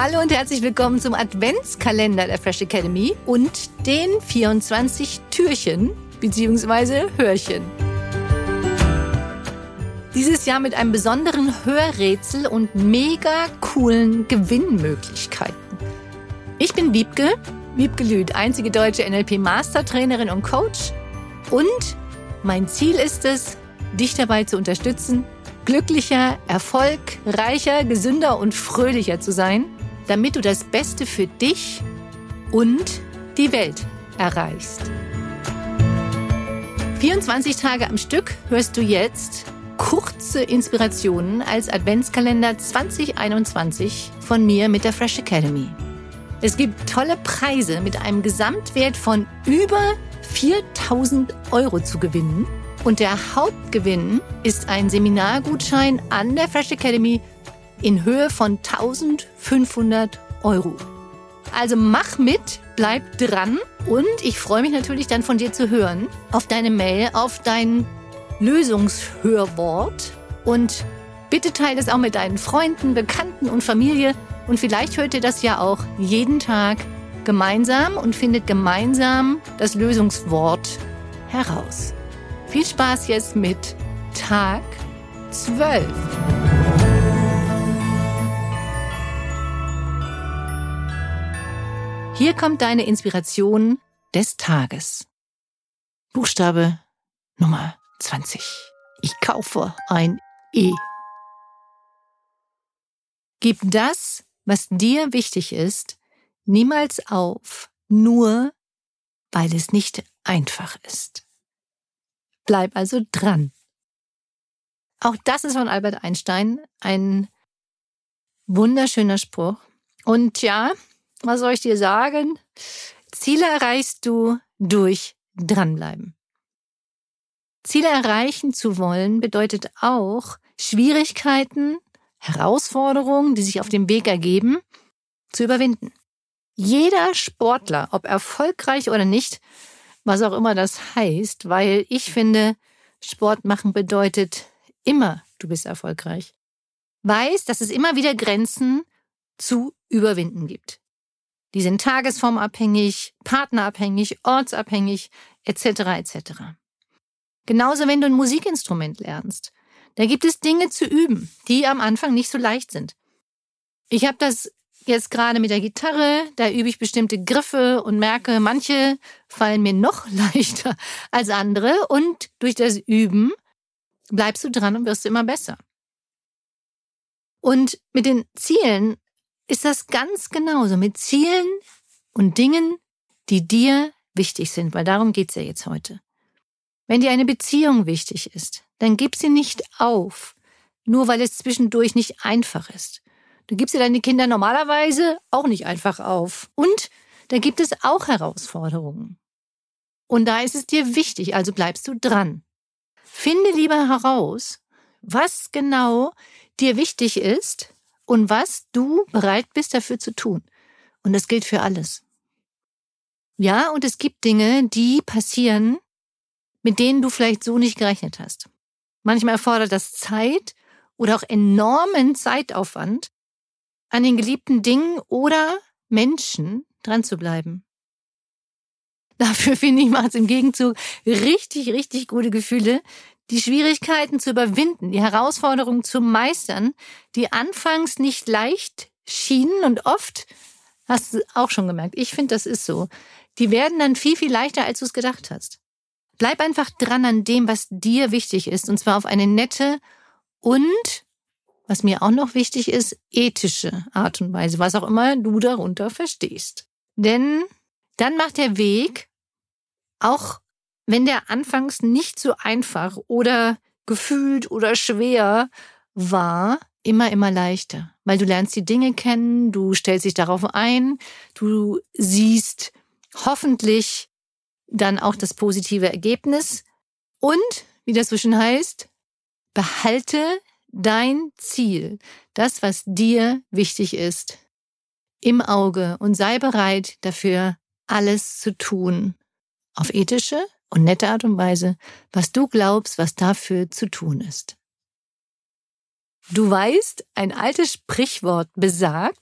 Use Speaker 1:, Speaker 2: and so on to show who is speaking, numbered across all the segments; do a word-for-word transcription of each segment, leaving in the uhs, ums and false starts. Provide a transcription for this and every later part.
Speaker 1: Hallo und herzlich willkommen zum Adventskalender der Fresh Academy und den vierundzwanzig Türchen bzw. Hörchen. Dieses Jahr mit einem besonderen Hörrätsel und mega coolen Gewinnmöglichkeiten. Ich bin Wiebke, Wiebke Lüth, einzige deutsche N L P-Mastertrainerin und Coach. Und mein Ziel ist es, dich dabei zu unterstützen, glücklicher, erfolgreicher, gesünder und fröhlicher zu sein, damit du das Beste für dich und die Welt erreichst. vierundzwanzig Tage am Stück hörst du jetzt kurze Inspirationen als Adventskalender zwanzig einundzwanzig von mir mit der Fresh Academy. Es gibt tolle Preise mit einem Gesamtwert von über viertausend Euro zu gewinnen. Und der Hauptgewinn ist ein Seminargutschein an der Fresh Academy in Höhe von eintausendfünfhundert Euro. Also mach mit, bleib dran und ich freue mich natürlich dann von dir zu hören auf deine Mail, auf dein Lösungshörwort und bitte teile das auch mit deinen Freunden, Bekannten und Familie und vielleicht hört ihr das ja auch jeden Tag gemeinsam und findet gemeinsam das Lösungswort heraus. Viel Spaß jetzt mit Tag zwölf. Hier kommt deine Inspiration des Tages. Buchstabe Nummer zwanzig. Ich kaufe ein E. Gib das, was dir wichtig ist, niemals auf, nur weil es nicht einfach ist. Bleib also dran. Auch das ist von Albert Einstein ein wunderschöner Spruch. Und ja, was soll ich dir sagen? Ziele erreichst du durch Dranbleiben. Ziele erreichen zu wollen bedeutet auch, Schwierigkeiten, Herausforderungen, die sich auf dem Weg ergeben, zu überwinden. Jeder Sportler, ob erfolgreich oder nicht, was auch immer das heißt, weil ich finde, Sport machen bedeutet immer, du bist erfolgreich. Weiß, dass es immer wieder Grenzen zu überwinden gibt. Die sind tagesformabhängig, partnerabhängig, ortsabhängig, et cetera et cetera. Genauso, wenn du ein Musikinstrument lernst. Da gibt es Dinge zu üben, die am Anfang nicht so leicht sind. Ich habe das jetzt gerade mit der Gitarre, da übe ich bestimmte Griffe und merke, manche fallen mir noch leichter als andere und durch das Üben bleibst du dran und wirst immer besser. Und mit den Zielen ist das ganz genauso, mit Zielen und Dingen, die dir wichtig sind, weil darum geht's ja jetzt heute. Wenn dir eine Beziehung wichtig ist, dann gib sie nicht auf, nur weil es zwischendurch nicht einfach ist. Du gibst dir deine Kinder normalerweise auch nicht einfach auf. Und da gibt es auch Herausforderungen. Und da ist es dir wichtig, also bleibst du dran. Finde lieber heraus, was genau dir wichtig ist und was du bereit bist dafür zu tun. Und das gilt für alles. Ja, und es gibt Dinge, die passieren, mit denen du vielleicht so nicht gerechnet hast. Manchmal erfordert das Zeit oder auch enormen Zeitaufwand, an den geliebten Dingen oder Menschen dran zu bleiben. Dafür, finde ich, macht es im Gegenzug richtig, richtig gute Gefühle, die Schwierigkeiten zu überwinden, die Herausforderungen zu meistern, die anfangs nicht leicht schienen und oft, hast du auch schon gemerkt, ich finde, das ist so, die werden dann viel, viel leichter, als du es gedacht hast. Bleib einfach dran an dem, was dir wichtig ist, und zwar auf eine nette und, was mir auch noch wichtig ist, ethische Art und Weise, was auch immer du darunter verstehst. Denn dann macht der Weg, auch wenn der anfangs nicht so einfach oder gefühlt oder schwer war, immer, immer leichter. Weil du lernst die Dinge kennen, du stellst dich darauf ein, du siehst hoffentlich dann auch das positive Ergebnis und, wie das so schön heißt, behalte dein Ziel, das, was dir wichtig ist, im Auge und sei bereit, dafür alles zu tun, auf ethische und nette Art und Weise, was du glaubst, was dafür zu tun ist. Du weißt, ein altes Sprichwort besagt,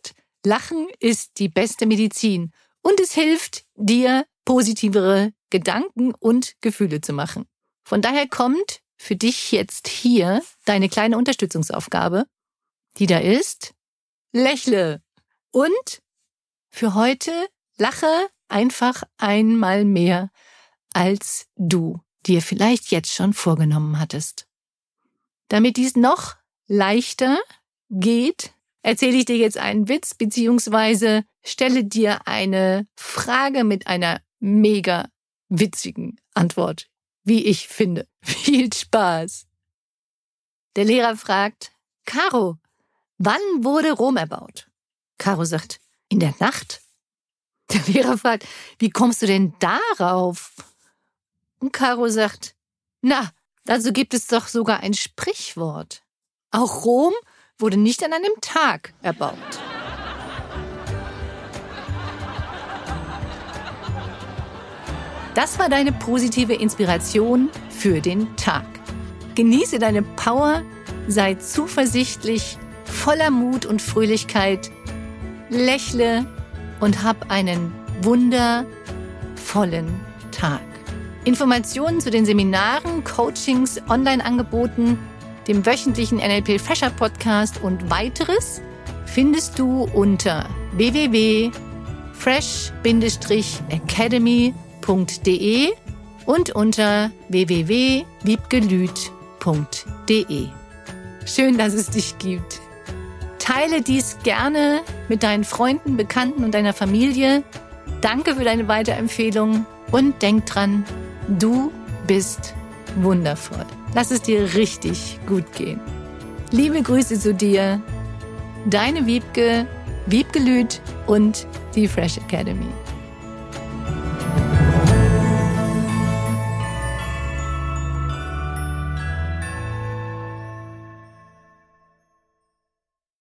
Speaker 1: Lachen ist die beste Medizin und es hilft dir, positivere Gedanken und Gefühle zu machen. Von daher kommt für dich jetzt hier deine kleine Unterstützungsaufgabe, die da ist: Lächle. Und für heute lache einfach einmal mehr, als du dir vielleicht jetzt schon vorgenommen hattest. Damit dies noch leichter geht, erzähle ich dir jetzt einen Witz beziehungsweise stelle dir eine Frage mit einer mega witzigen Antwort, wie ich finde. Viel Spaß! Der Lehrer fragt: Caro, wann wurde Rom erbaut? Caro sagt: in der Nacht. Der Lehrer fragt: wie kommst du denn darauf? Und Caro sagt: na, dazu gibt es doch sogar ein Sprichwort. Auch Rom wurde nicht an einem Tag erbaut. Das war deine positive Inspiration für den Tag. Genieße deine Power, sei zuversichtlich, voller Mut und Fröhlichkeit, lächle und hab einen wundervollen Tag. Informationen zu den Seminaren, Coachings, Online-Angeboten, dem wöchentlichen N L P Fresher Podcast und weiteres findest du unter w w w punkt fresh academy punkt d e und unter w w w punkt wiebkelüth punkt d e. Schön, dass es dich gibt. Teile dies gerne mit deinen Freunden, Bekannten und deiner Familie. Danke für deine Weiterempfehlung und denk dran, du bist wundervoll. Lass es dir richtig gut gehen. Liebe Grüße zu dir, deine Wiebke, Wiebkelüth und die Fresh Academy.